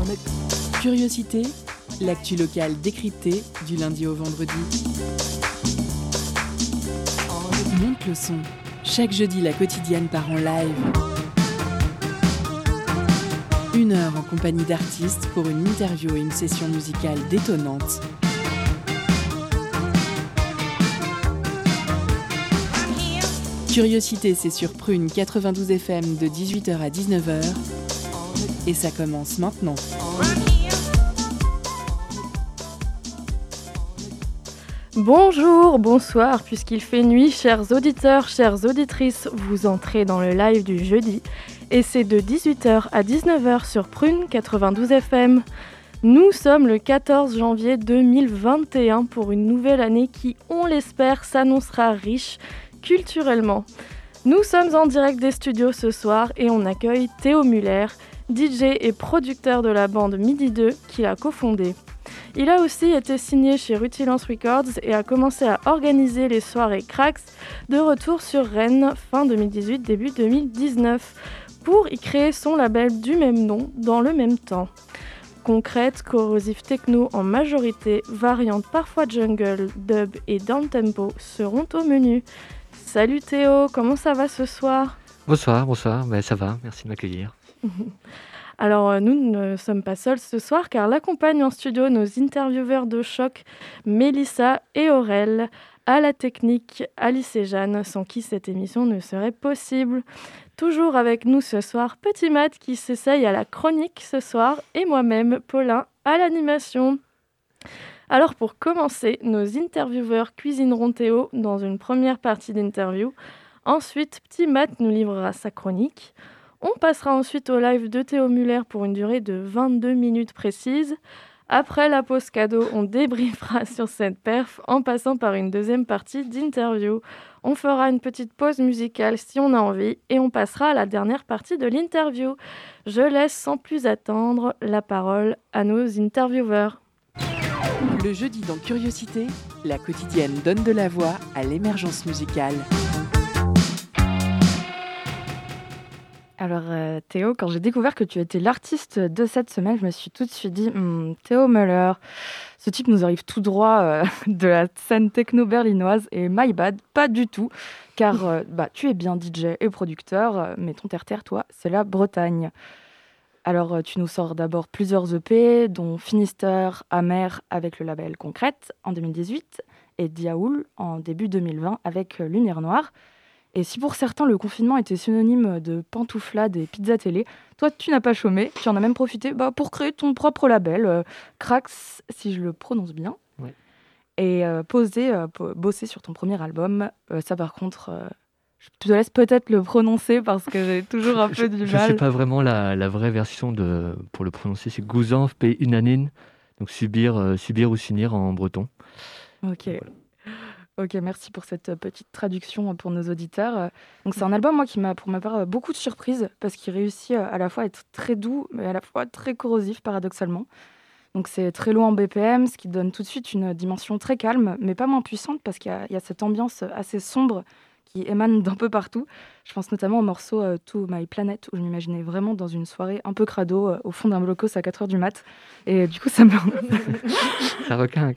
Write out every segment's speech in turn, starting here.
Curiosité, l'actu locale décryptée du lundi au vendredi. Monte le son. Chaque jeudi, la quotidienne part en live. 1 heure en compagnie d'artistes pour une interview et une session musicale détonnante. Curiosité, c'est sur Prune 92 FM de 18h à 19h. Et ça commence maintenant. Bonjour, bonsoir, puisqu'il fait nuit, chers auditeurs, chères auditrices, vous entrez dans le live du jeudi. Et c'est de 18h à 19h sur Prune 92 FM. Nous sommes le 14 janvier 2021 pour une nouvelle année qui, on l'espère, s'annoncera riche culturellement. Nous sommes en direct des studios ce soir et on accueille Théo Muller, DJ et producteur de la bande Midi 2 qu'il a cofondée. Il a aussi été signé chez Rutilance Records et a commencé à organiser les soirées Cracks de retour sur Rennes fin 2018, début 2019, pour y créer son label du même nom dans le même temps. Concrète, corrosive techno en majorité, variante parfois jungle, dub et downtempo seront au menu. Salut Théo, comment ça va ce soir ? Bonsoir, ça va, merci de m'accueillir. Alors nous ne sommes pas seuls ce soir car l'accompagnent en studio nos intervieweurs de choc, Mélissa et Aurel, à la technique Alice et Jeanne, sans qui cette émission ne serait possible. Toujours avec nous ce soir, Petit Matt qui s'essaye à la chronique ce soir et moi-même, Paulin, à l'animation. Alors pour commencer, nos intervieweurs cuisineront Théo dans une première partie d'interview. Ensuite, Petit Matt nous livrera sa chronique. On passera ensuite au live de Théo Muller pour une durée de 22 minutes précises. Après la pause cadeau, on débriefera sur cette perf en passant par une deuxième partie d'interview. On fera une petite pause musicale si on a envie et on passera à la dernière partie de l'interview. Je laisse sans plus attendre la parole à nos intervieweurs. Le jeudi dans Curiosité, la quotidienne donne de la voix à l'émergence musicale. Alors Théo, quand j'ai découvert que tu étais l'artiste de cette semaine, je me suis tout de suite dit Théo Muller, ce type nous arrive tout droit de la scène techno berlinoise et my bad, pas du tout, car tu es bien DJ et producteur, mais ton terre-terre, toi, c'est la Bretagne. Alors tu nous sors d'abord plusieurs EP, dont Finistère, Amer avec le label Concrète en 2018 et Diaoul en début 2020 avec Lumière Noire. Et si pour certains, le confinement était synonyme de pantouflade et pizza télé, toi, tu n'as pas chômé, tu en as même profité pour créer ton propre label, Cracks, si je le prononce bien, ouais. Et bosser sur ton premier album. Ça, par contre, je te laisse peut-être le prononcer parce que j'ai toujours un peu du mal. Je ne sais pas vraiment la vraie version pour le prononcer, c'est Gouzanf P. Unanine, donc subir ou s'unir en breton. Ok. Voilà. Ok, merci pour cette petite traduction pour nos auditeurs. Donc c'est un album, moi, qui m'a, pour ma part, beaucoup de surprises, parce qu'il réussit à la fois à être très doux, mais à la fois très corrosif, paradoxalement. Donc c'est très low en BPM, ce qui donne tout de suite une dimension très calme, mais pas moins puissante, parce qu'il y a cette ambiance assez sombre qui émane d'un peu partout. Je pense notamment au morceau To My Planet, où je m'imaginais vraiment dans une soirée un peu crado, au fond d'un blocos à 4h du mat'. Et du coup, ça m'a... Ça requinque.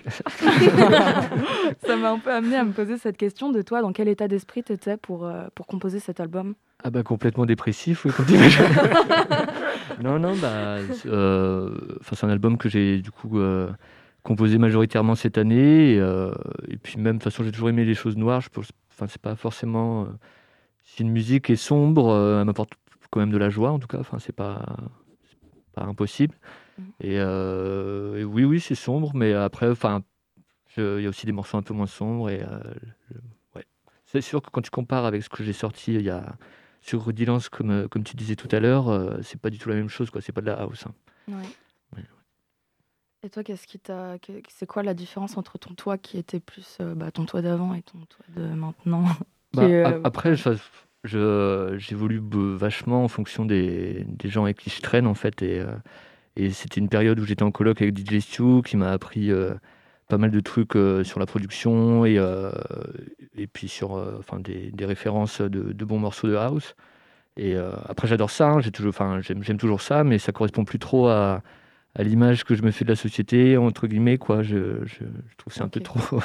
Ça m'a un peu amené à me poser cette question de toi, dans quel état d'esprit t'étais pour composer cet album ? Ah complètement dépressif, oui, quand t'imagines. Non, c'est un album que j'ai du coup composé majoritairement cette année, et puis même, de toute façon, j'ai toujours aimé les choses noires. C'est pas forcément... si une musique est sombre, elle m'apporte quand même de la joie, en tout cas. C'est pas impossible. Et oui, c'est sombre, mais après, il y a aussi des morceaux un peu moins sombres. Et ouais. C'est sûr que quand tu compares avec ce que j'ai sorti il y a sur Rutilance, comme tu disais tout à l'heure, c'est pas du tout la même chose, quoi. C'est pas de la house. Ouais. Ouais. Et toi, c'est quoi la différence entre ton toi qui était plus ton toi d'avant et ton toi de maintenant Après, j'évolue vachement en fonction des gens avec qui je traîne, en fait, et c'était une période où j'étais en coloc avec DJ Stu qui m'a appris pas mal de trucs sur la production et puis sur des références de bons morceaux de house. Et après, j'adore ça, j'aime toujours ça, mais ça correspond plus trop à à l'image que je me fais de la société, entre guillemets, quoi. Je trouve que c'est un peu trop,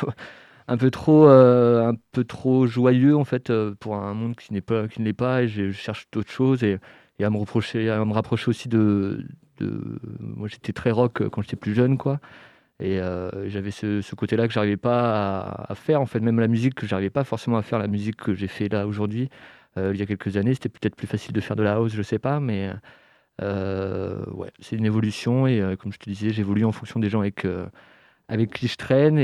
un peu trop joyeux, en fait, pour un monde qui ne l'est pas, et je cherche d'autres choses, et à me rapprocher aussi moi, j'étais très rock quand j'étais plus jeune, quoi. Et j'avais ce côté-là que j'arrivais pas à faire, en fait, même la musique, que j'arrivais pas forcément à faire la musique que j'ai fait là aujourd'hui. Il y a quelques années, c'était peut-être plus facile de faire de la house, je sais pas, mais ouais, c'est une évolution, et comme je te disais, j'évolue en fonction des gens avec qui je traîne,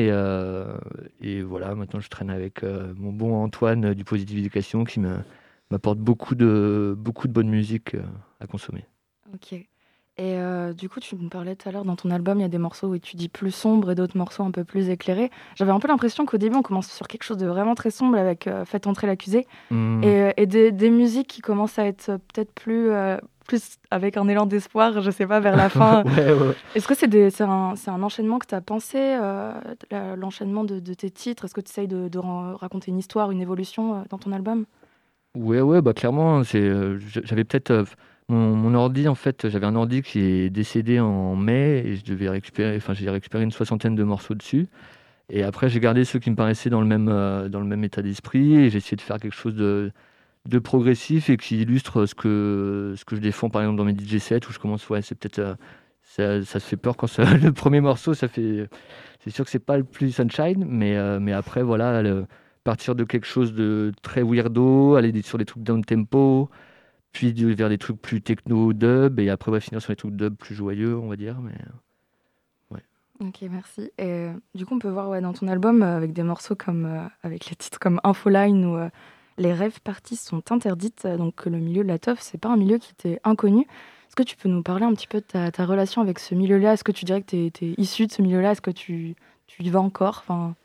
et voilà, maintenant je traîne avec mon bon Antoine du Positive Education, qui m'apporte beaucoup de bonne musique à consommer. Ok. Et du coup, tu me parlais tout à l'heure, dans ton album, il y a des morceaux où tu dis plus sombre et d'autres morceaux un peu plus éclairés. J'avais un peu l'impression qu'au début, on commence sur quelque chose de vraiment très sombre avec Faites entrer l'accusé, Mmh. et des musiques qui commencent à être peut-être plus avec un élan d'espoir, je sais pas, vers la fin. Ouais, ouais. Est-ce que c'est un enchaînement que tu as pensé, l'enchaînement de tes titres? Est-ce que tu essayes de raconter une histoire, une évolution dans ton album? Ouais, ouais, bah, clairement, j'avais peut-être, mon ordi, en fait, j'avais un ordi qui est décédé en mai, et j'ai récupéré une soixantaine de morceaux dessus, et après j'ai gardé ceux qui me paraissaient dans le même état d'esprit, et j'ai essayé de faire quelque chose de progressif et qui illustre ce que je défends, par exemple, dans mes DJ sets, où je commence, ouais, c'est peut-être, ça se fait peur quand ça le premier morceau, c'est sûr que c'est pas le plus sunshine, mais après, voilà, partir de quelque chose de très weirdo, aller sur des trucs down tempo, puis vers des trucs plus techno dub, et après, on va finir sur des trucs dub plus joyeux, on va dire. Mais ouais. Ok, merci. Et du coup, on peut voir, ouais, dans ton album, avec des morceaux avec les titres comme Infoline ou Les rêves parties sont interdites, donc que le milieu de la teuf, c'est pas un milieu qui était inconnu. Est-ce que tu peux nous parler un petit peu de ta relation avec ce milieu-là? Est-ce que tu dirais que tu es issu de ce milieu-là? Est-ce que tu y vas encore? Enfin,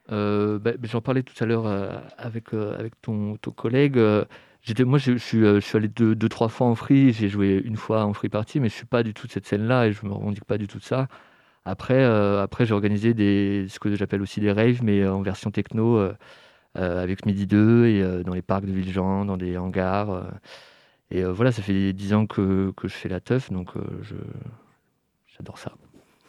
J'en parlais tout à l'heure avec ton collègue. Moi, je suis allé deux, trois fois en free. J'ai joué une fois en free party, mais je suis pas du tout de cette scène-là, et je me revendique pas du tout de ça. Après, j'ai organisé ce que j'appelle aussi des raves, mais en version techno, avec Midi 2, et dans les parcs de Villejean, dans des hangars. Et voilà, ça fait 10 ans que je fais la teuf, donc j'adore ça.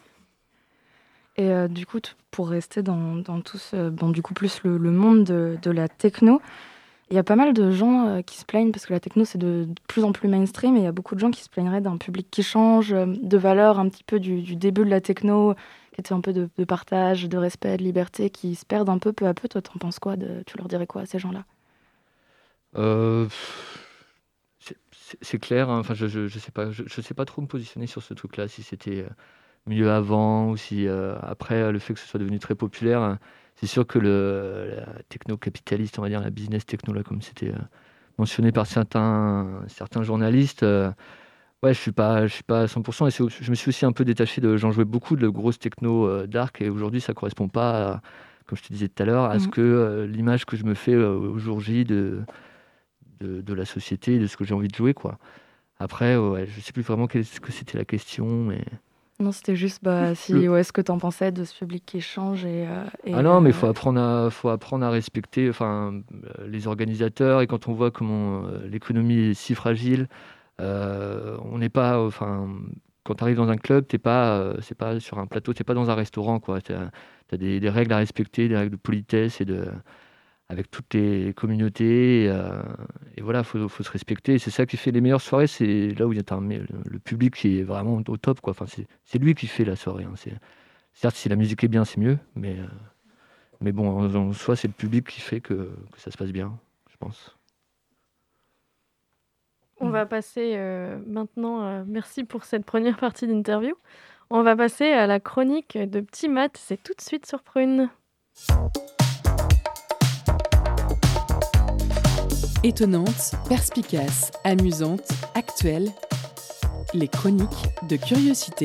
et du coup, pour rester dans tout du coup, plus le monde de la techno, il y a pas mal de gens qui se plaignent parce que la techno, c'est de plus en plus mainstream, et il y a beaucoup de gens qui se plaigneraient d'un public qui change, de valeurs un petit peu du début de la techno, qui était un peu de partage, de respect, de liberté, qui se perdent un peu à peu. Toi, t'en penses quoi tu leur dirais quoi à ces gens-là? Euh, c'est clair, hein. Enfin, je sais pas trop me positionner sur ce truc-là, si c'était mieux avant, ou si après, le fait que ce soit devenu très populaire, c'est sûr que la techno capitaliste, on va dire, la business techno, là, comme c'était mentionné par certains journalistes, ouais, je suis pas à 100%, et je me suis aussi un peu détaché j'en jouais beaucoup de grosses techno dark, et aujourd'hui ça correspond pas comme je te disais tout à l'heure, à ce Mhm. que l'image que je me fais au jour J de la société, de ce que j'ai envie de jouer, quoi. Après, ouais, je sais plus vraiment qu'est-ce que c'était la question, mais Non, c'était juste le- ouais, ce que t'en pensais de ce public qui change ah non, mais faut apprendre à respecter, enfin, les organisateurs, et quand on voit comment l'économie est si fragile, on n'est pas, enfin, quand tu arrives dans un club, c'est pas sur un plateau, t'es pas dans un restaurant, quoi. T'as des règles à respecter, des règles de politesse, avec toutes les communautés, et voilà, faut se respecter. Et c'est ça qui fait les meilleures soirées, c'est là où il y a le public qui est vraiment au top, quoi. Enfin, c'est lui qui fait la soirée, hein. Certes, si la musique est bien, c'est mieux, mais bon, en soi, c'est le public qui fait que ça se passe bien, je pense. Mhm. On va passer maintenant, merci pour cette première partie d'interview. On va passer à la chronique de Petit Matt, c'est tout de suite sur Prune. Étonnante, perspicace, amusante, actuelle, les chroniques de curiosité.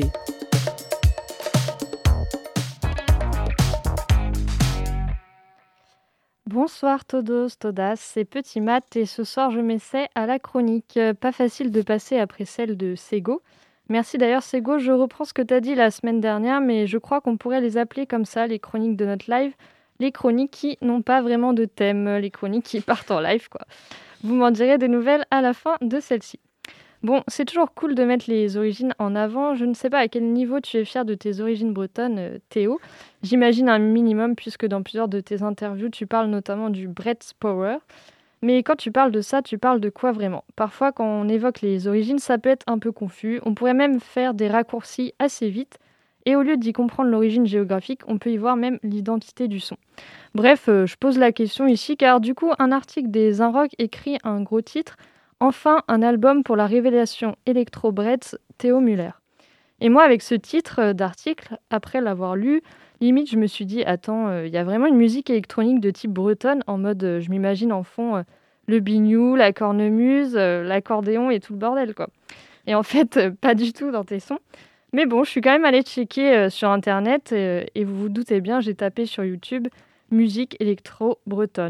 Bonsoir Todos, Todas, c'est Petit Matt et ce soir je m'essaie à la chronique. Pas facile de passer après celle de Sego. Merci d'ailleurs Sego, je reprends ce que tu as dit la semaine dernière, mais je crois qu'on pourrait les appeler comme ça, les chroniques de notre live. Les chroniques qui n'ont pas vraiment de thème, les chroniques qui partent en live, quoi. Vous m'en direz des nouvelles à la fin de celle-ci. Bon, c'est toujours cool de mettre les origines en avant. Je ne sais pas à quel niveau tu es fier de tes origines bretonnes, Théo. J'imagine un minimum, puisque dans plusieurs de tes interviews, tu parles notamment du Bret's Power. Mais quand tu parles de ça, tu parles de quoi vraiment? Parfois, quand on évoque les origines, ça peut être un peu confus. On pourrait même faire des raccourcis assez vite. Et au lieu d'y comprendre l'origine géographique, on peut y voir même l'identité du son. Bref, je pose la question ici, car du coup, un article des Inrock écrit un gros titre. Enfin, un album pour la révélation électro-Bret's Théo Muller. Et moi, avec ce titre d'article, après l'avoir lu, limite, je me suis dit, attends, il y a vraiment une musique électronique de type bretonne, en mode, je m'imagine en fond le biniou, la cornemuse, l'accordéon et tout le bordel, quoi. Et en fait, pas du tout dans tes sons. Mais bon, je suis quand même allée checker sur Internet, et vous vous doutez bien, j'ai tapé sur YouTube « Musique électro-bretonne ».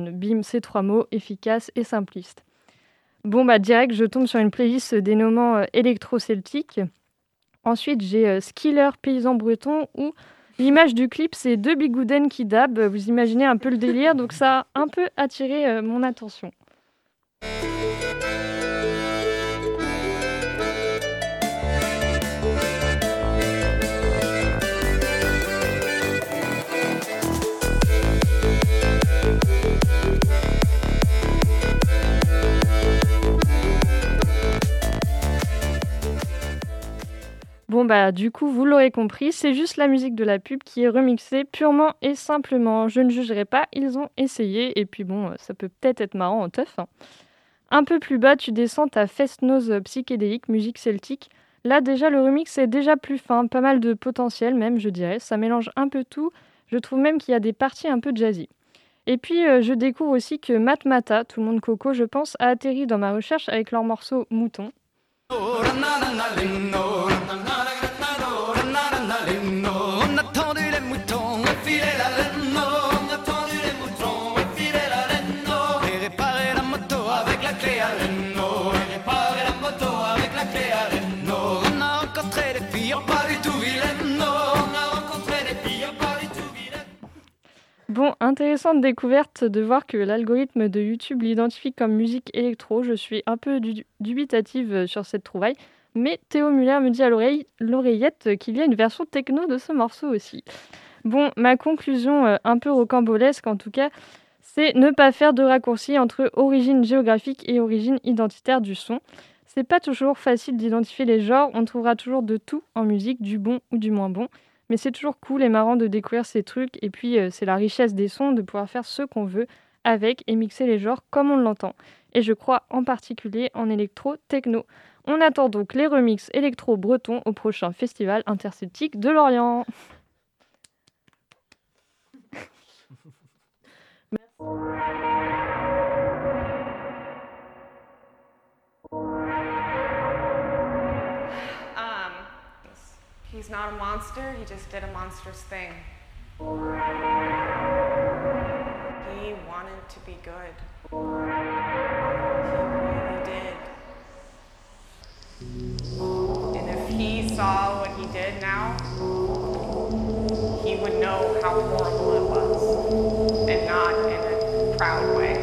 Bim, ces 3 mots, efficaces et simplistes. Bon, bah direct, je tombe sur une playlist dénommant électro-celtique. Ensuite, j'ai Skiller paysan breton où l'image du clip, c'est 2 bigouden qui dabent. Vous imaginez un peu le délire, donc ça a un peu attiré mon attention. Bon bah du coup, vous l'aurez compris, c'est juste la musique de la pub qui est remixée purement et simplement. Je ne jugerai pas, ils ont essayé, et puis bon, ça peut peut-être être marrant en teuf. Un peu plus bas, tu descends ta fest-noz psychédélique, musique celtique. Là déjà, le remix est déjà plus fin, pas mal de potentiel même, je dirais. Ça mélange un peu tout, je trouve même qu'il y a des parties un peu jazzy. Et puis, je découvre aussi que Matmata, tout le monde coco, je pense, a atterri dans ma recherche avec leur morceau Mouton. Bon, intéressante découverte de voir que l'algorithme de YouTube l'identifie comme musique électro. Je suis un peu dubitative sur cette trouvaille, mais Théo Muller me dit à l'oreillette qu'il y a une version techno de ce morceau aussi. Bon, ma conclusion, un peu rocambolesque en tout cas, c'est ne pas faire de raccourcis entre origine géographique et origine identitaire du son. C'est pas toujours facile d'identifier les genres, on trouvera toujours de tout en musique, du bon ou du moins bon. Mais c'est toujours cool et marrant de découvrir ces trucs. Et puis, c'est la richesse des sons de pouvoir faire ce qu'on veut avec et mixer les genres comme on l'entend. Et je crois en particulier en électro-techno. On attend donc les remixes électro-bretons au prochain festival interceltique de Lorient. He's not a monster, he just did a monstrous thing. He wanted to be good. He really did. And if he saw what he did now, he would know how horrible it was, and not in a proud way.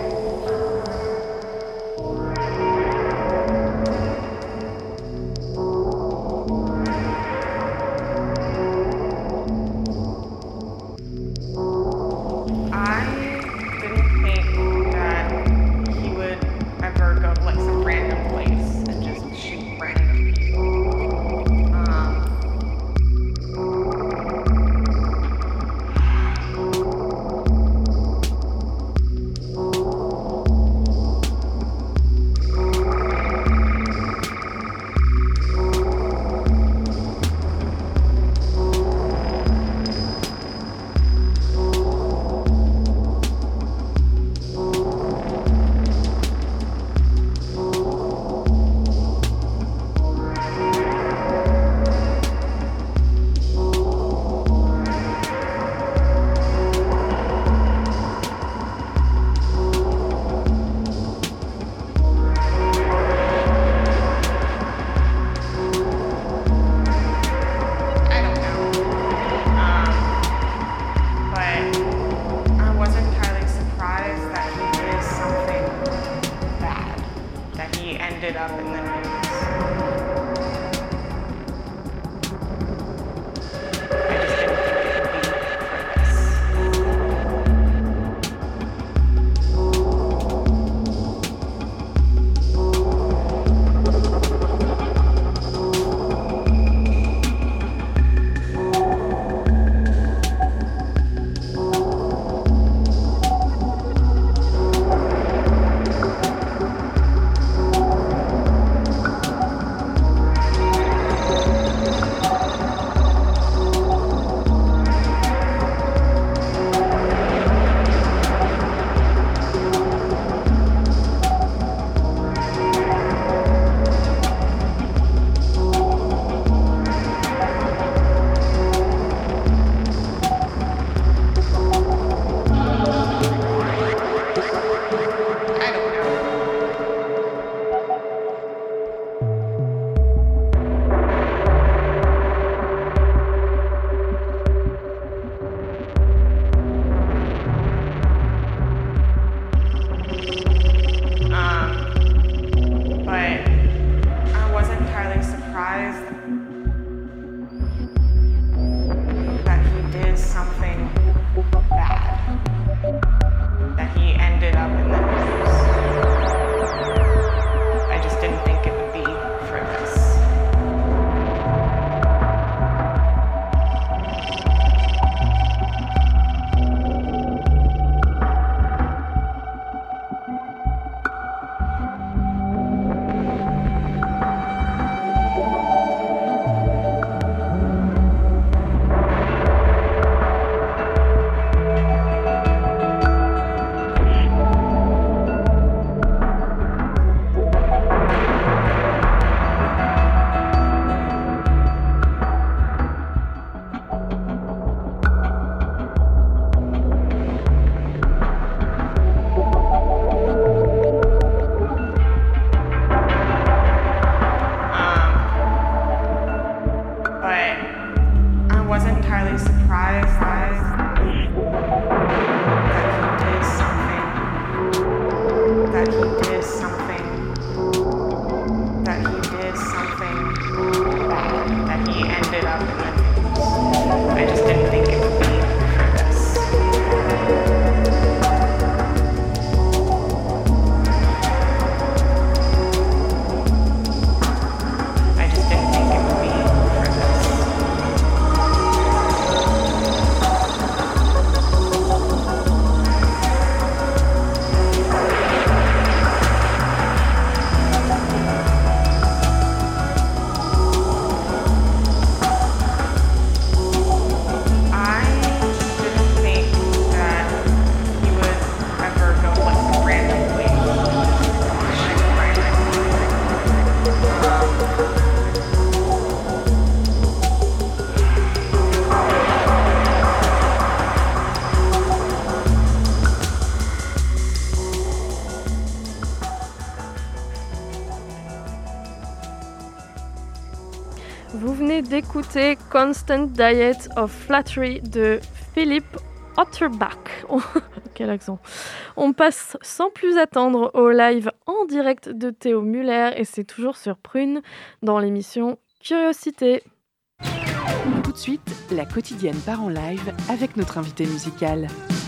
Vous venez d'écouter Constant Diet of Flattery de Philip Otterbach. Quel accent. On passe sans plus attendre au live en direct de Théo Muller et c'est toujours sur Prune dans l'émission Curiosité. Tout de suite, la quotidienne part en live avec notre invité musical.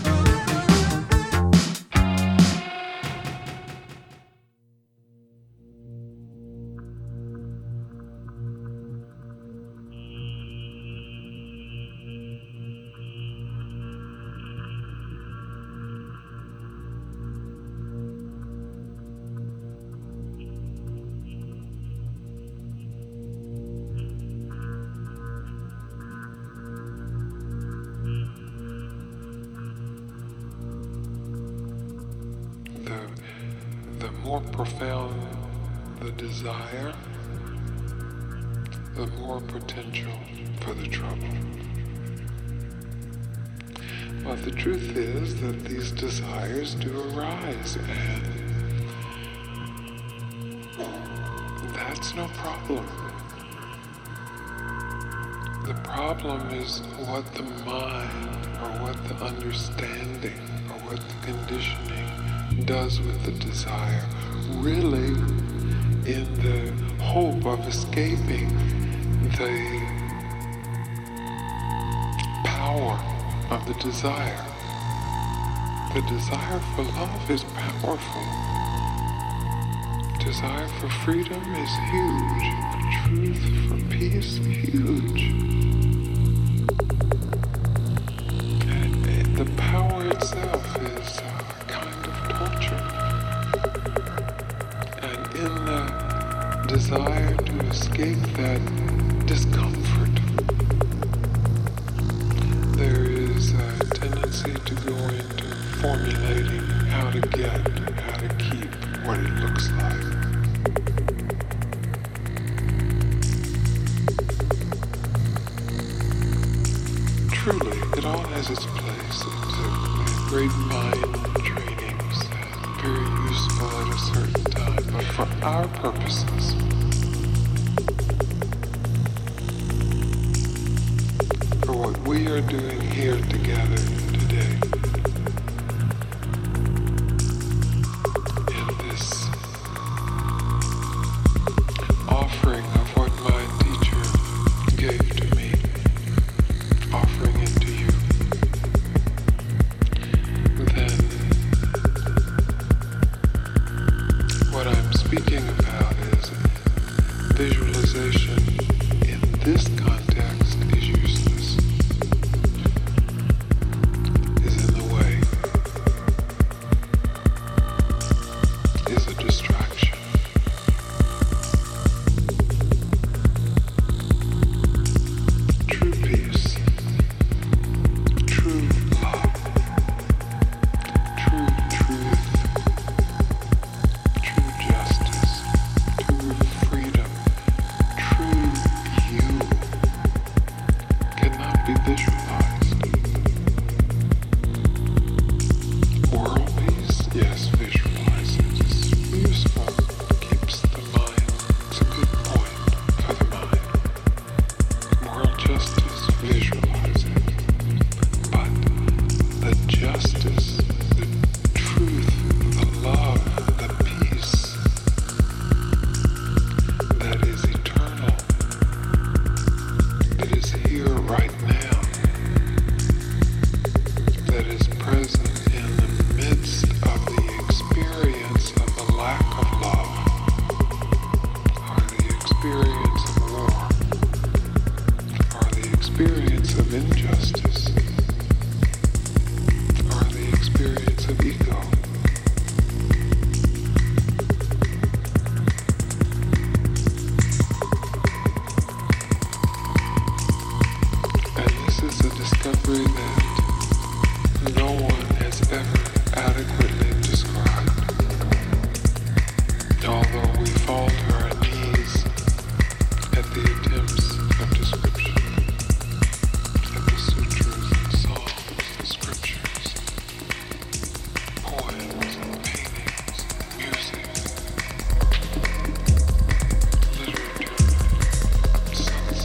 The more profound the desire, the more potential for the trouble. But the truth is that these desires do arise, and that's no problem. The problem is what the mind, or what the understanding, or what the conditioning does with the desire, really in the hope of escaping the power of the desire. The desire for love is powerful. Desire for freedom is huge. For truth, for peace, huge. And the power itself is torture. And in the desire to escape that discomfort, there is a tendency to go into formulating how to get, how to keep what it looks like. Truly, it all has its place. It's a great mind trainings, very useful at a certain time, but for our purposes, for what we are doing here together today, in this offering of what my teacher gave to me, offering it to you, then what I'm speaking about is visualization in this context is useless, is in the way, is a distraction. True peace, true love, true truth, true justice, true freedom, true you cannot be visualized. World peace, yes, visualize it. It's useful, keeps the mind. It's a good point for the mind. World justice, visualize it. But the justice, the truth, the love, the peace that is eternal, that is here right now, that is present in the midst of the experience of the lack of love, or the experience of war, or the experience of injustice, or the experience of ego. And this is a discovery that no one has ever adequately described. Although we fall to our knees at the attempts of description, at the sutras and songs, the scriptures, poems and paintings, music, literature, sunsets,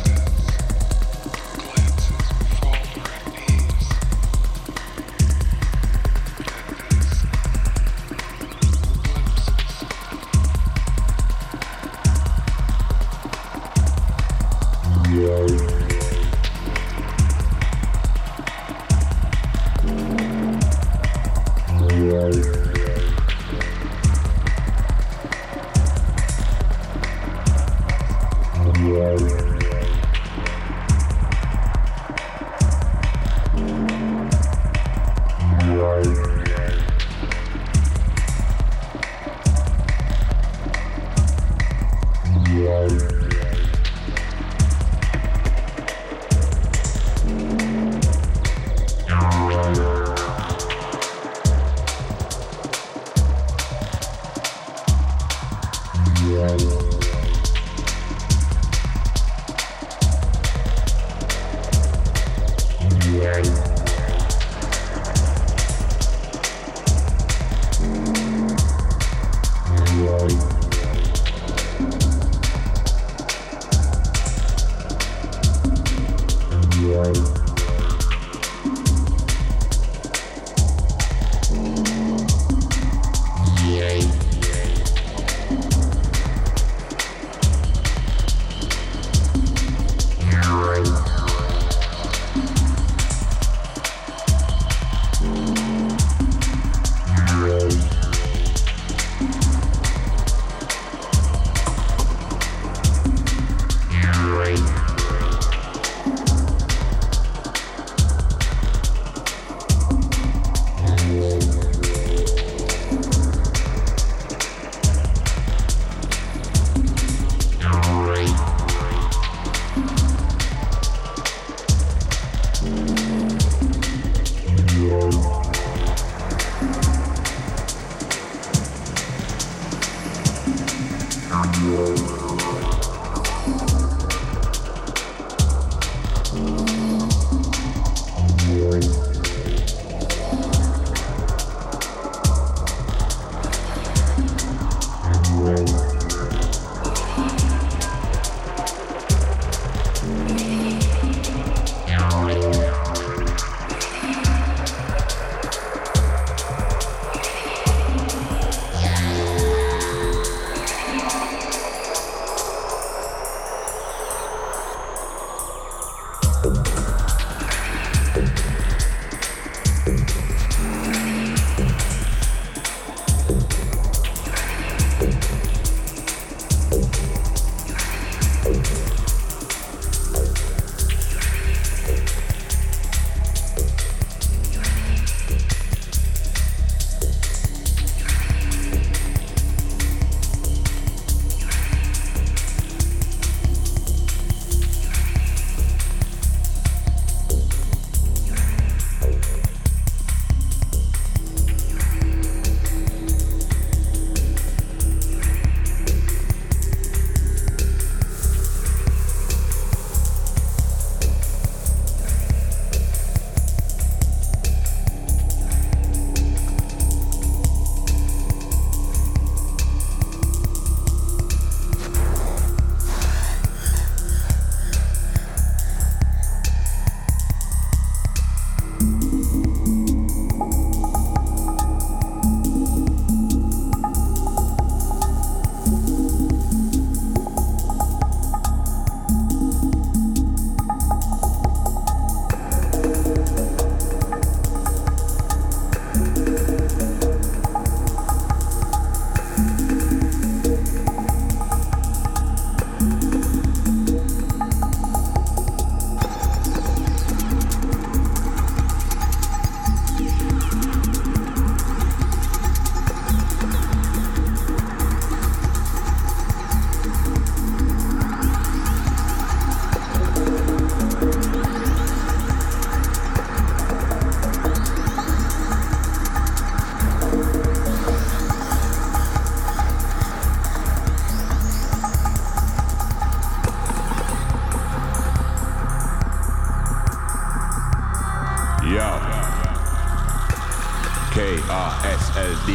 KRSLD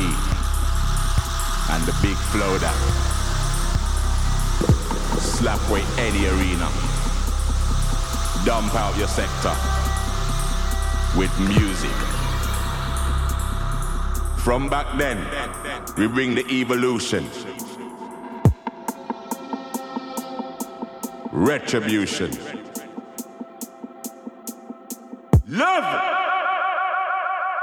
and the big floater. Slapway Eddie Arena. Dump out your sector with music. From back then, we bring the evolution. Retribution. Love!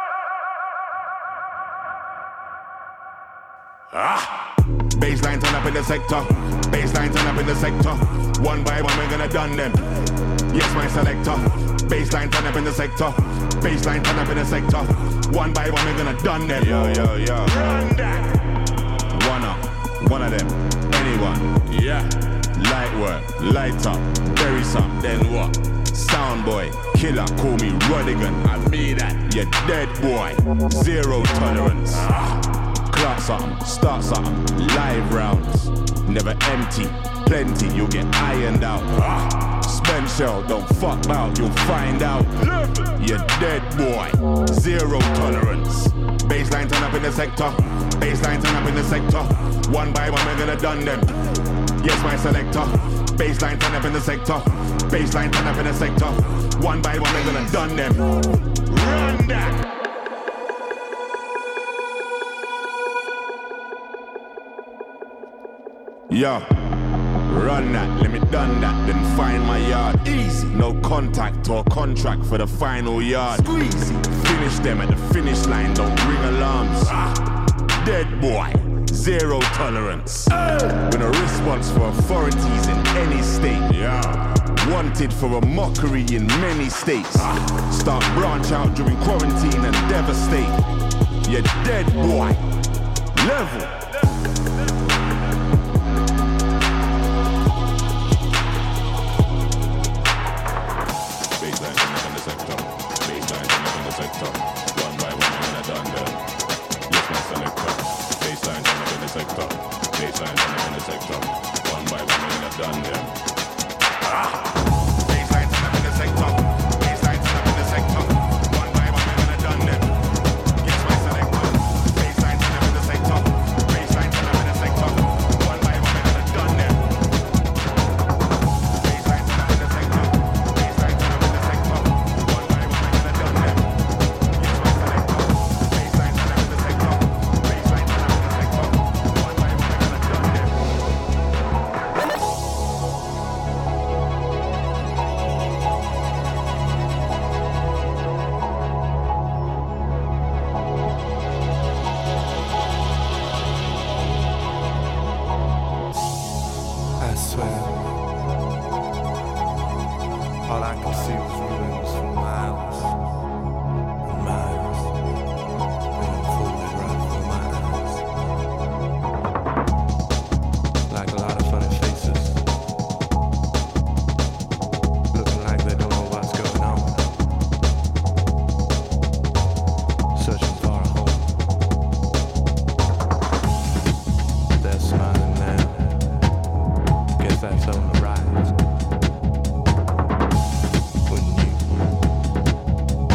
Baseline turn up in the sector. Baseline turn up in the sector. One by one we're gonna done them. Yes, my selector. Baseline turn up in the sector. Baseline turn up in the sector. One by one we're gonna done them. Yo, yo, yo. Run that. One of them. Anyone. Yeah. Light work, light up, bury some, then what? Sound boy, killer, call me Rodigan. I mean that, you dead boy. Zero tolerance. Clock something, start something, live rounds. Never empty, plenty, you'll get ironed out. Spend shell, don't fuck out, you'll find out. You dead boy. Zero tolerance. Baseline turn up in the sector. Baseline turn up in the sector. One by one we're gonna done them. Yes, my selector. Baseline turn up in the sector. Baseline turn up in the sector. One by one, we're gonna done them. Run that. Yo, run that. Let me done that. Then find my yard. Easy. No contact or contract for the final yard. Squeezy. Finish them at the finish line. Don't ring alarms. Dead boy. Zero tolerance. With a response for authorities in any state. Yeah. Wanted for a mockery in many states. Start branch out during quarantine and devastate. You're dead, boy. Level. Baseline in the sector. Baseline in the sector. One by one, I'm gonna done them. Yes, my selector. Baseline in the sector. Baseline in the sector. One by one, I'm gonna done them. Baseline in the sector. Baseline in the sector. One by one, I'm gonna done them. Yes, my selector. Baseline in the sector. Baseline in the sector. One by one, I'm gonna done them. Baseline in the sector. Baseline in the sector. One by one, I'm gonna done them. Yes, my selector. Baseline in the sector. Baseline in the sector. One by one, I'm gonna done them. I swear, all I could see was ruins for miles and miles. It unfolded right before my eyes. Like a lot of funny faces, looking like they don't know what's going on. Searching for a home. They're smiling now. Guess that's on the rise. When you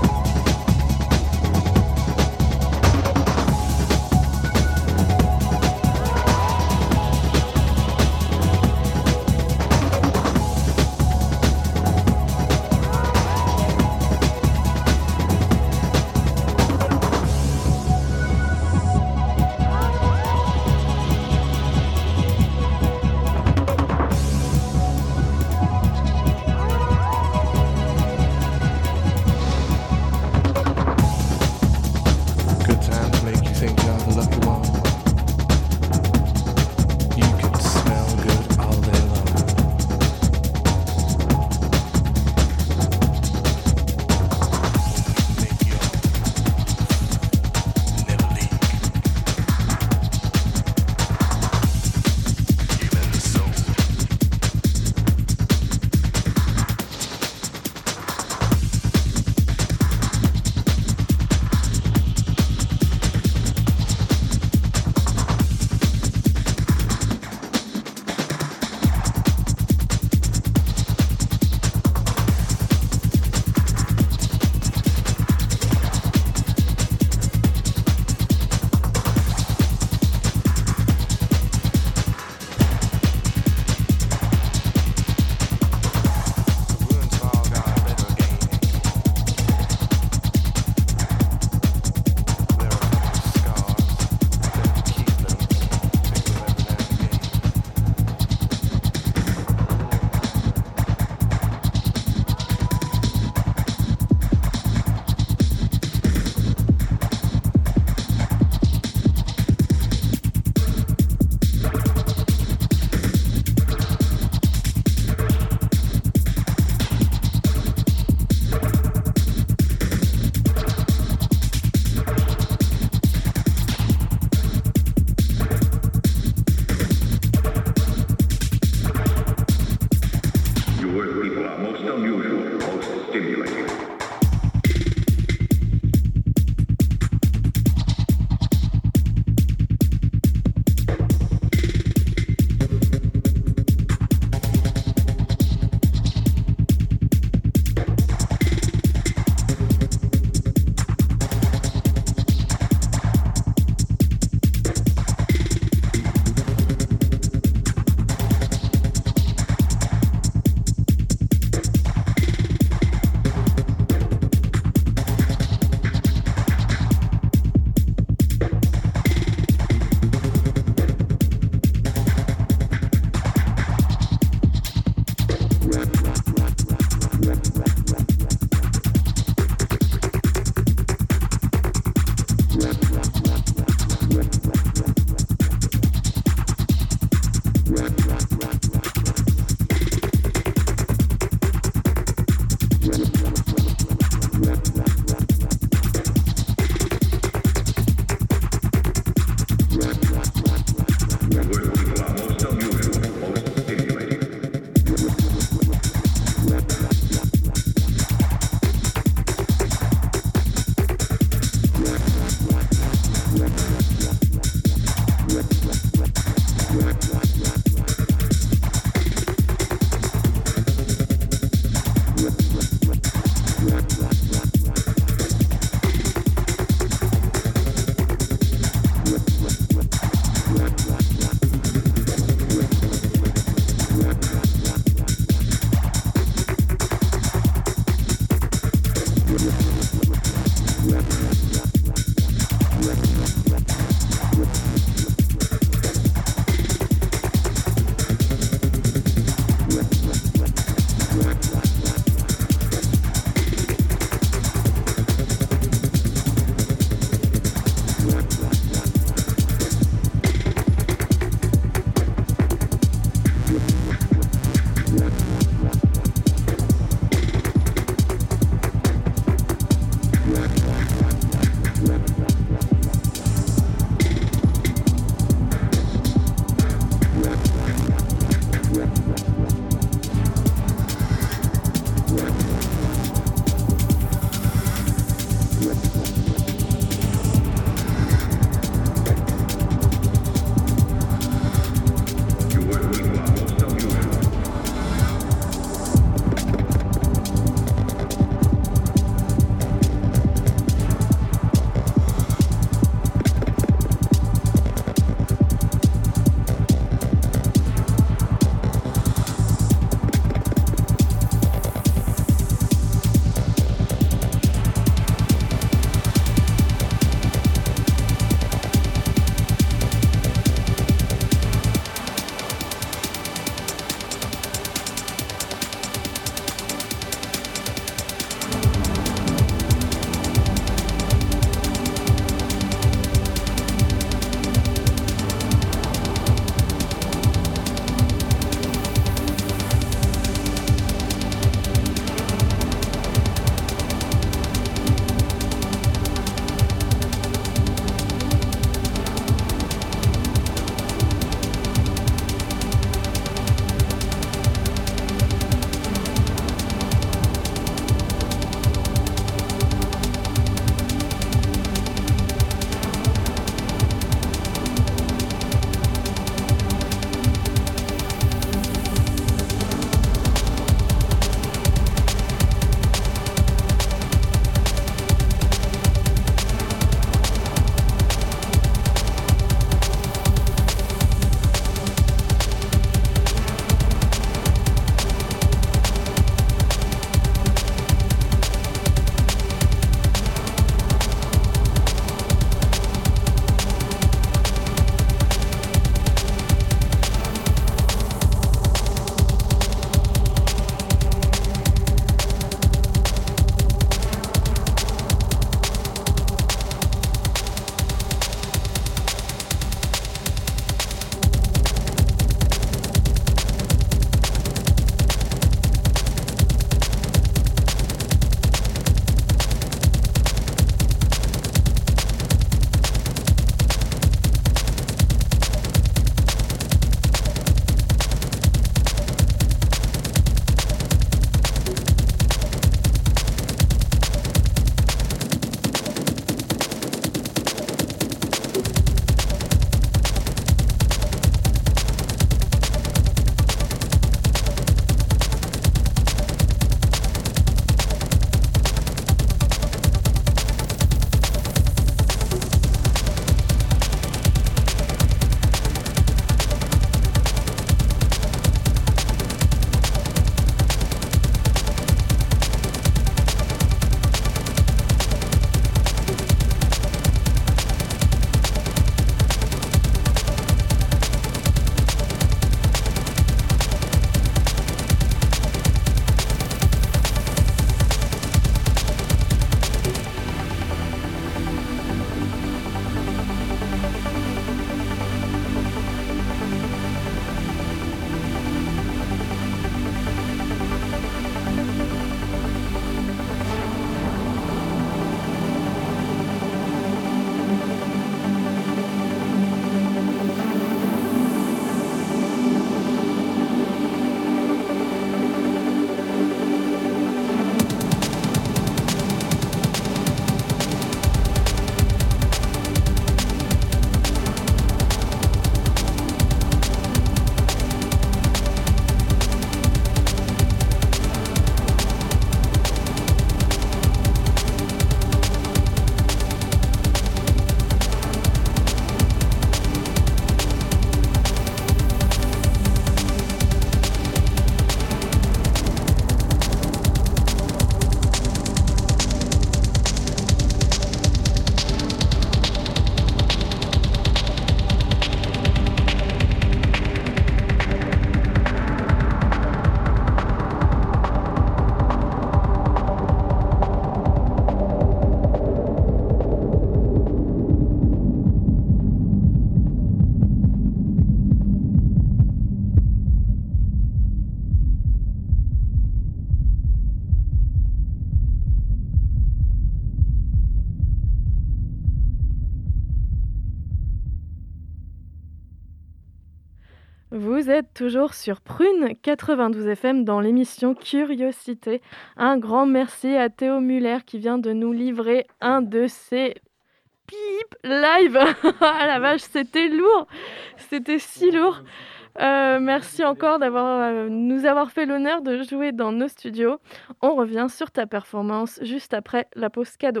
Vous êtes toujours sur Prune 92 FM dans l'émission Curiosité. Un grand merci à Théo Muller qui vient de nous livrer un de ses pip live. Ah la vache, c'était lourd. C'était si lourd. Merci encore d'avoir nous avoir fait l'honneur de jouer dans nos studios. On revient sur ta performance juste après la pause cadeau.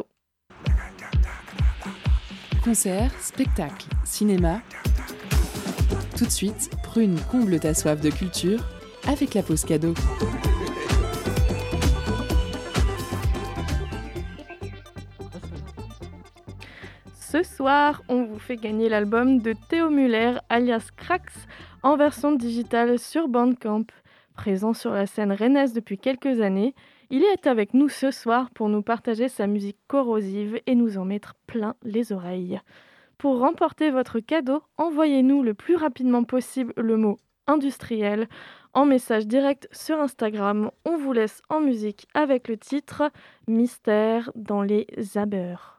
Concert, spectacle, cinéma. Tout de suite, Prune comble ta soif de culture avec la pause cadeau. Ce soir, on vous fait gagner l'album de Théo Muller, alias Krax, en version digitale sur Bandcamp. Présent sur la scène rennaise depuis quelques années, il est avec nous ce soir pour nous partager sa musique corrosive et nous en mettre plein les oreilles. Pour remporter votre cadeau, envoyez-nous le plus rapidement possible le mot industriel en message direct sur Instagram. On vous laisse en musique avec le titre Mystère dans les abeurs.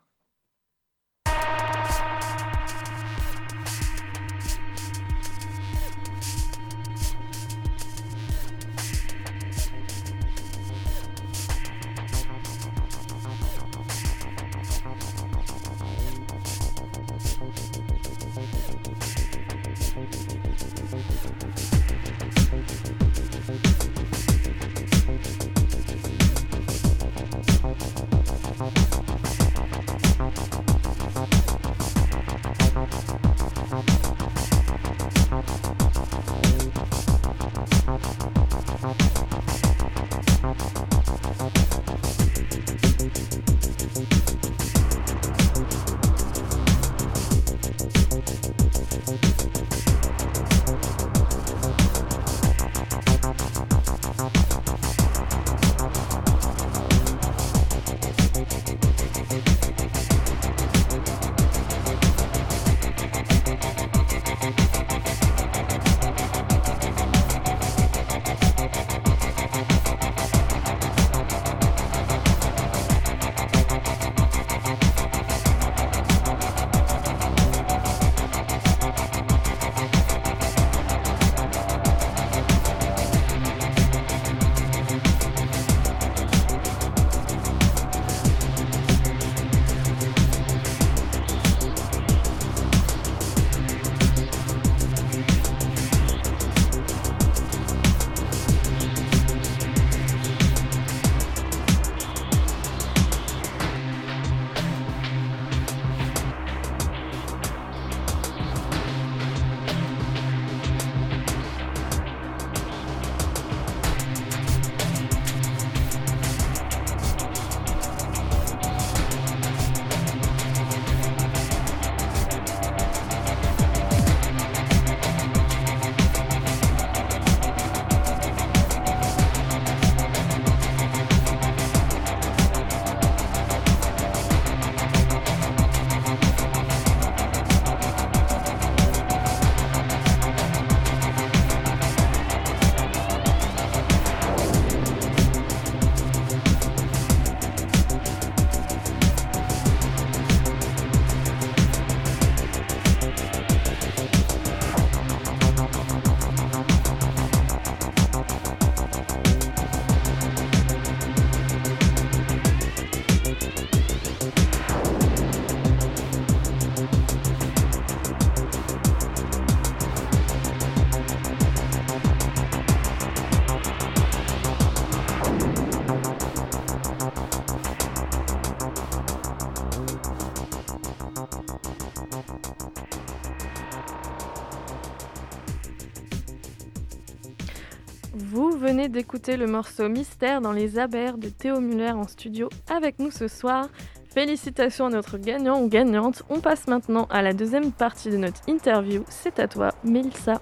Vous venez d'écouter le morceau Mystère dans les abers de Théo Muller en studio avec nous ce soir. Félicitations à notre gagnant ou gagnante. On passe maintenant à la deuxième partie de notre interview. C'est à toi, Mélissa.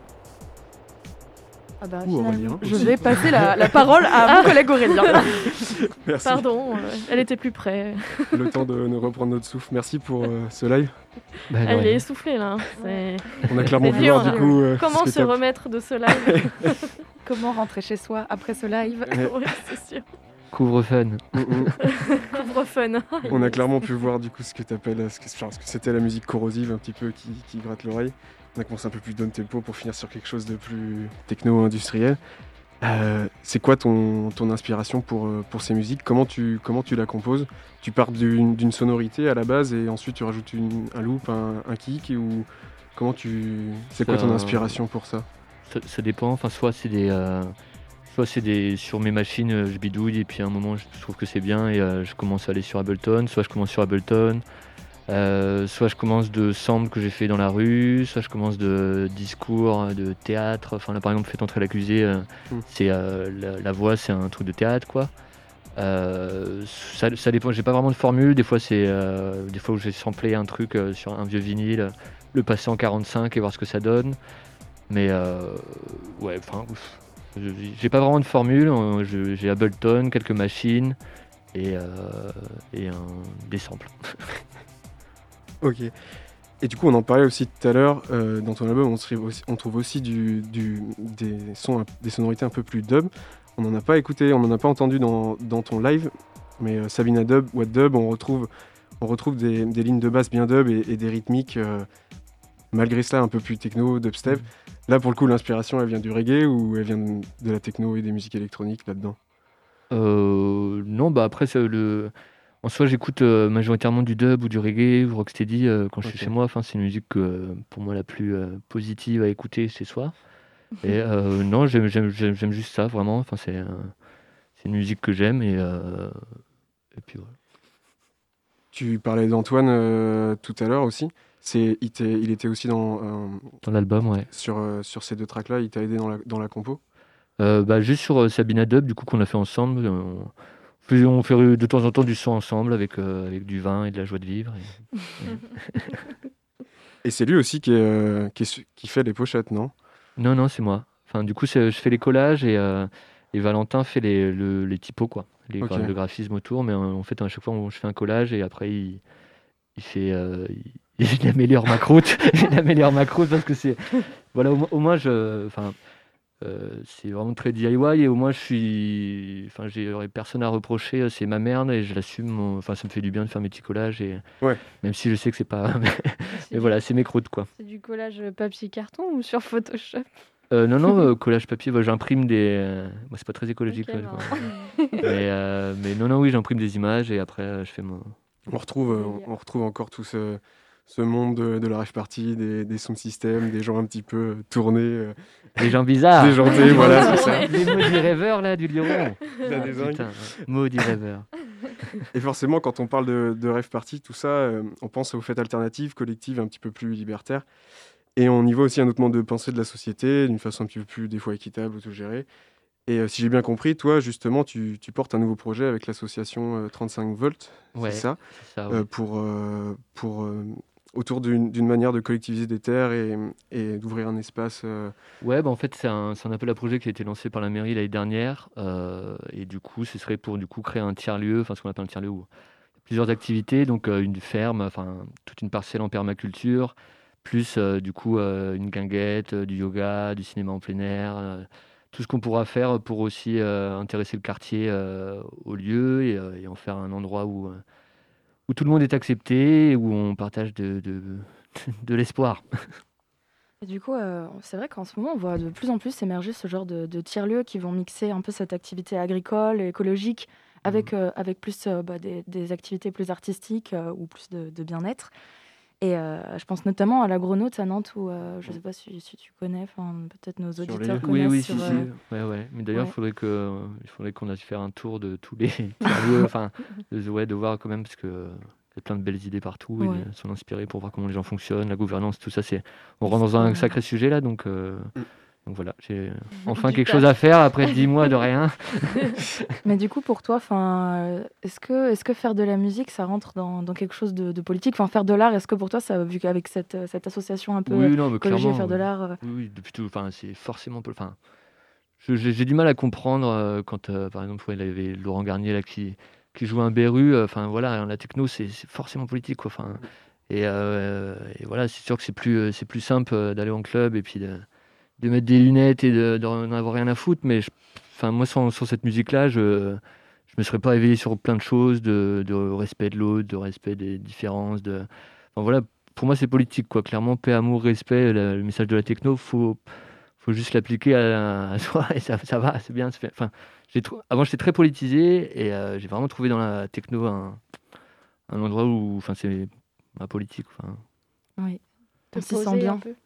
Ah bah, Aurélien. Je vais passer la parole à mon collègue Aurélien. Merci. Pardon, elle était plus près. Le temps de nous reprendre notre souffle. Merci pour ce live. Bah, Elle ouais. est essoufflée là. On a clairement C'est pu voir dur, du coup. Comment ce se que t'as- remettre de ce live? Comment rentrer chez soi après ce live? Oui, c'est sûr. Couvre fun. Couvre fun. On a clairement pu voir du coup ce que t'appelles, ce que c'était la musique corrosive un petit peu qui gratte l'oreille. On a commencé un peu plus down tempo pour finir sur quelque chose de plus techno-industriel. C'est quoi ton inspiration pour ces musiques? Comment tu la composes? Tu pars d'une sonorité à la base et ensuite tu rajoutes un loop, un kick ou c'est quoi ton inspiration pour ça? Ça dépend, enfin soit c'est des sur mes machines, je bidouille et puis à un moment je trouve que c'est bien et je commence à aller sur Ableton, soit je commence sur Ableton, soit je commence de samples que j'ai fait dans la rue, soit je commence de discours, de théâtre. Enfin là par exemple Faites entrer l'accusé, c'est la voix c'est un truc de théâtre quoi. Ça dépend, j'ai pas vraiment de formule, des fois où j'ai samplé un truc sur un vieux vinyle, le passer en 45 et voir ce que ça donne. Mais ouais, enfin j'ai pas vraiment de formule, j'ai Ableton, quelques machines et des samples. Ok. Et du coup, on en parlait aussi tout à l'heure, dans ton album, on trouve aussi des sonorités un peu plus dub. On n'en a pas écouté, on n'en a pas entendu dans ton live, mais Sabina Dub, What Dub, on retrouve des lignes de basse bien dub et des rythmiques, malgré cela, un peu plus techno, dubstep. Là, pour le coup, l'inspiration, elle vient du reggae ou elle vient de la techno et des musiques électroniques là-dedans? Non, bah après, en soi, j'écoute majoritairement du dub ou du reggae ou rocksteady quand je suis chez moi. Enfin, c'est une musique pour moi la plus positive à écouter chez soi. Et non, j'aime juste ça, vraiment. Enfin, c'est une musique que j'aime et puis voilà. Tu parlais d'Antoine tout à l'heure aussi. Il était aussi dans l'album, ouais. Sur ces 2 tracks-là, il t'a aidé dans la compo? Juste sur Sabina Dub, du coup, qu'on a fait ensemble. On fait de temps en temps du son ensemble avec du vin et de la joie de vivre. Et c'est lui aussi qui fait les pochettes, non? Non, c'est moi. Enfin, du coup, je fais les collages et Valentin fait les typos, quoi. Le graphisme autour. Mais en fait, à chaque fois, je fais un collage et après, il fait... il améliore ma croûte. Il améliore ma croûte parce que c'est... Voilà, au moins, c'est vraiment très DIY et au moins j'aurais personne à reprocher, c'est ma merde et je l'assume. Enfin, ça me fait du bien de faire mes petits collages et même si je sais que c'est pas, mais voilà, c'est mes croûtes quoi. C'est du collage papier carton ou sur Photoshop? Non, collage papier. J'imprime des. C'est pas très écologique. Okay, mais non, oui, j'imprime des images et après je fais mon. On retrouve encore tout ce monde de la rave party, des sound systems, des gens un petit peu tournés. Des gens bizarres. Déjantés, voilà, c'est ça. Les maudits rêveurs, là, du Liron. Putain, maudits rêveurs. Et forcément, quand on parle de rave party, tout ça, on pense aux fêtes alternatives, collectives, un petit peu plus libertaires. Et on y voit aussi un autre monde de pensée de la société, d'une façon un petit peu plus, des fois, équitable, autogérée. Et si j'ai bien compris, toi, justement, tu portes un nouveau projet avec l'association 35 volts, ouais, c'est ça, ouais. Autour d'une manière de collectiviser des terres et d'ouvrir un espace. Ouais, en fait, c'est un appel à projet qui a été lancé par la mairie l'année dernière. Et du coup, ce serait pour créer un tiers-lieu, enfin ce qu'on appelle un tiers-lieu où il y a plusieurs activités, donc une ferme, enfin toute une parcelle en permaculture, plus une guinguette, du yoga, du cinéma en plein air, tout ce qu'on pourra faire pour aussi intéresser le quartier au lieu et en faire un endroit où tout le monde est accepté, où on partage de l'espoir. Et du coup, c'est vrai qu'en ce moment, on voit de plus en plus émerger ce genre de tiers-lieux qui vont mixer un peu cette activité agricole et écologique avec plus des activités plus artistiques ou plus de bien-être. Et je pense notamment à l'Agronaute à Nantes, où je ne sais pas si tu connais, peut-être nos auditeurs connaissent. Oui, si. Ouais. Mais d'ailleurs, il faudrait qu'on aille faire un tour de tous les lieux, de voir quand même, parce que y a plein de belles idées partout, et de s'en inspirer pour voir comment les gens fonctionnent, la gouvernance, tout ça. On rentre dans un sacré sujet là, donc voilà, j'ai enfin quelque chose à faire après 10 mois de rien. Mais du coup, pour toi, est-ce que faire de la musique, ça rentre dans quelque chose de politique? Faire de l'art, est-ce que pour toi, ça, vu qu'avec cette association un peu écologie, faire de l'art... Oui, depuis tout, c'est forcément... J'ai du mal à comprendre quand, par exemple, il y avait Laurent Garnier là, qui joue un Beru. La techno, c'est forcément politique, quoi. Et voilà, c'est sûr que c'est plus simple d'aller en club et puis de mettre des lunettes et de n'en avoir rien à foutre, mais moi sans cette musique-là, je me serais pas éveillé sur plein de choses, de respect de l'autre, de respect des différences, pour moi, c'est politique, quoi. Clairement, paix, amour, respect, le message de la techno, faut juste l'appliquer à soi et ça va, c'est bien. Enfin, avant, j'étais très politisé et j'ai vraiment trouvé dans la techno un endroit où, enfin, c'est ma politique. Enfin. Oui, Te on s'y sent poser bien. un peu.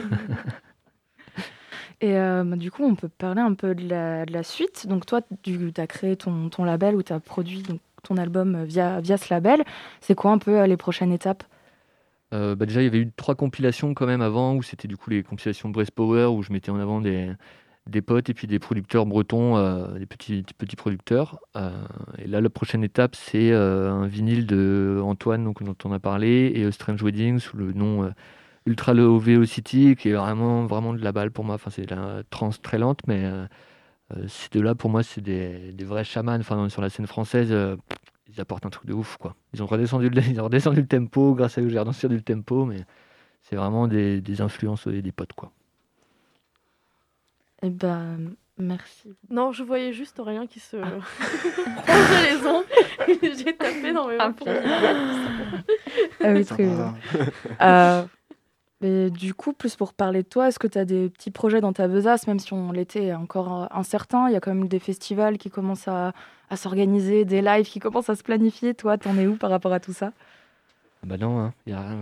Et du coup, on peut parler un peu de la suite. Donc toi, tu as créé ton label ou tu as produit donc, ton album via ce label. C'est quoi un peu les prochaines étapes? Déjà, il y avait eu 3 compilations quand même avant, où c'était du coup les compilations Brest Power, où je mettais en avant des potes et puis des producteurs bretons, des petits producteurs. Et là, la prochaine étape, c'est un vinyle de Antoine, donc, dont on a parlé, et Strange Wedding, sous le nom Ultra Low Velocity, qui est vraiment, vraiment de la balle pour moi. Enfin, c'est de la trance très lente, mais ces deux-là, pour moi, c'est des vrais chamans. Enfin, sur la scène française, ils apportent un truc de ouf, quoi. Ils ont redescendu le tempo, grâce à eux, j'ai redescendu du tempo, mais c'est vraiment des influences et des potes, quoi. Eh ben, merci. Non, je voyais juste Aurélien qui se rongeait les ongles. J'ai tapé dans mes mains pour Ah oui, très bien. Mais du coup, plus pour parler de toi, est-ce que tu as des petits projets dans ta besace, même si l'été est encore incertain? Il y a quand même des festivals qui commencent à s'organiser, des lives qui commencent à se planifier. Toi, t'en es où par rapport à tout ça? Bah non, hein, y a rien.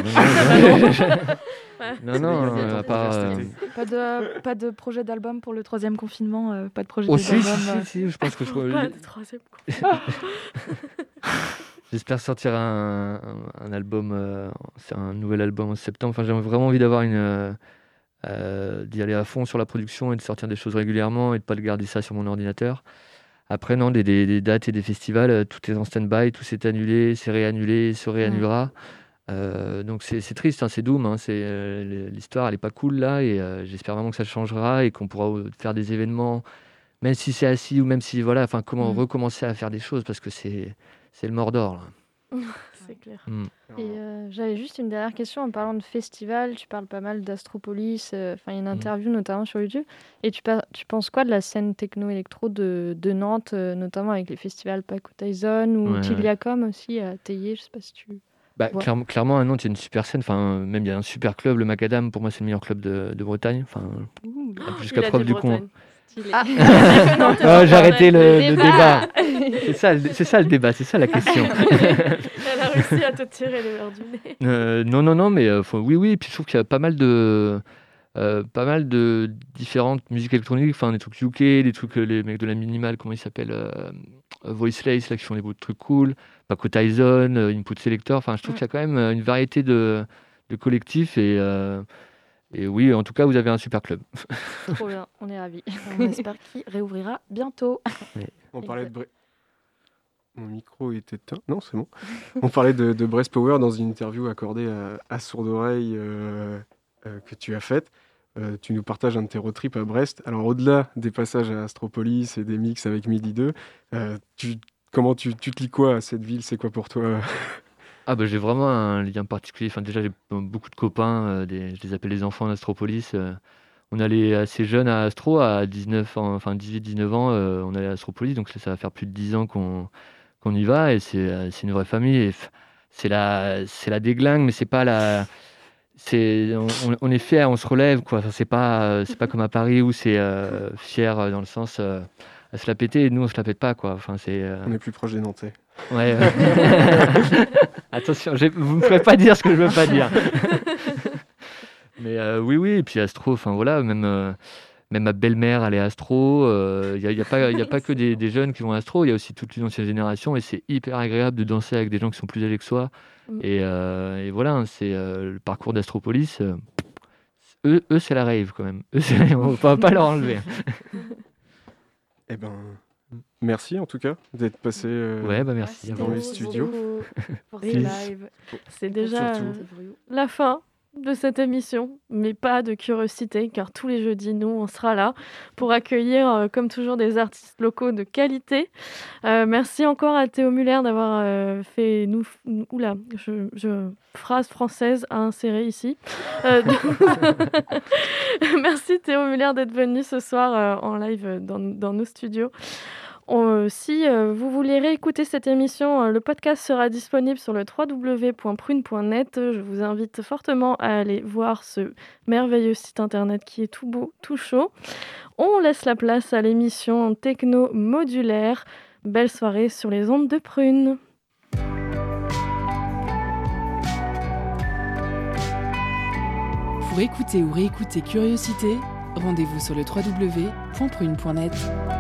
À part. Pas de projet d'album pour le 3e confinement? Pas de projet Oh, d'album? si, je pense que Pas de 3e confinement. J'espère sortir un album, c'est un nouvel album en septembre. Enfin, j'ai vraiment envie d'avoir d'y aller à fond sur la production et de sortir des choses régulièrement et de pas le garder ça sur mon ordinateur. Après, non, des dates et des festivals, tout est en stand-by, tout s'est annulé, c'est réannulé, se réannulera. Donc c'est triste, hein, c'est doom. Hein, l'histoire, elle est pas cool là et j'espère vraiment que ça changera et qu'on pourra faire des événements, même si c'est assis ou même si voilà, enfin comment recommencer à faire des choses parce que c'est le Mordor là. C'est clair. Et j'avais juste une dernière question en parlant de festival. Tu parles pas mal d'Astropolis. Il y a une interview notamment sur YouTube. Et tu penses quoi de la scène techno-électro de Nantes, notamment avec les festivals Paco Tyson ou Tiliacom aussi à Théier? Je sais pas si tu... Bah, clairement, à Nantes, il y a une super scène. Enfin, même il y a un super club, le Macadam. Pour moi, c'est le meilleur club de Bretagne. Enfin, jusqu'à preuve du con. J'ai arrêté le débat. C'est ça le débat, c'est ça la question. Elle a réussi à te tirer le verre du nez. Non, mais oui. Et puis je trouve qu'il y a pas mal de différentes musiques électroniques, enfin des trucs UK, des trucs les mecs de la Minimal, comment ils s'appellent, Voiceless là qui font des trucs cool, Paco Tyson, Input Selector. Enfin, je trouve qu'il y a quand même une variété de collectifs et oui, en tout cas, vous avez un super club. Trop bien, on est ravis. On espère qu'il réouvrira bientôt. On parlait de Mon micro est éteint. Non, c'est bon. On parlait de Brest Power dans une interview accordée à Sourde Oreille que tu as faite. Tu nous partages un de tes road trips à Brest. Alors, au-delà des passages à Astropolis et des mix avec Midi 2, comment tu te lis quoi à cette ville? C'est quoi pour toi? J'ai vraiment un lien particulier. Enfin, déjà, j'ai beaucoup de copains, je les appelle les enfants d'Astropolis. On allait assez jeune à Astro, à 18-19 ans, on allait à Astropolis, donc ça va faire plus de 10 ans qu'on y va, et c'est une vraie famille. Et c'est la déglingue, mais c'est pas la... on est fiers, on se relève, quoi. Enfin, c'est pas comme à Paris où c'est fier dans le sens à se la péter, et nous on se la pète pas, quoi. Enfin, on est plus proche des Nantais. Ouais. Attention, vous me ferez pas dire ce que je veux pas dire. Mais oui, et puis Astro, enfin voilà, même ma belle-mère elle est Astro. Il y a pas que des jeunes qui vont à Astro, il y a aussi toute une ancienne génération et c'est hyper agréable de danser avec des gens qui sont plus âgés que soi. Et voilà, hein, c'est le parcours d'Astropolis. Eux c'est la rave quand même. On va pas leur enlever. Eh ben, merci en tout cas d'être passé merci dans les studios. Pour ce live. C'est déjà la fin de cette émission, mais pas de curiosité, car tous les jeudis, nous, on sera là pour accueillir, comme toujours, des artistes locaux de qualité. Merci encore à Théo Muller d'avoir fait phrase française à insérer ici. Merci Théo Muller d'être venu ce soir en live dans nos studios. Si vous voulez réécouter cette émission, le podcast sera disponible sur le www.prune.net. Je vous invite fortement à aller voir ce merveilleux site internet qui est tout beau, tout chaud. On laisse la place à l'émission Techno Modulaire. Belle soirée sur les ondes de Prune. Pour écouter ou réécouter Curiosité, rendez-vous sur le www.prune.net.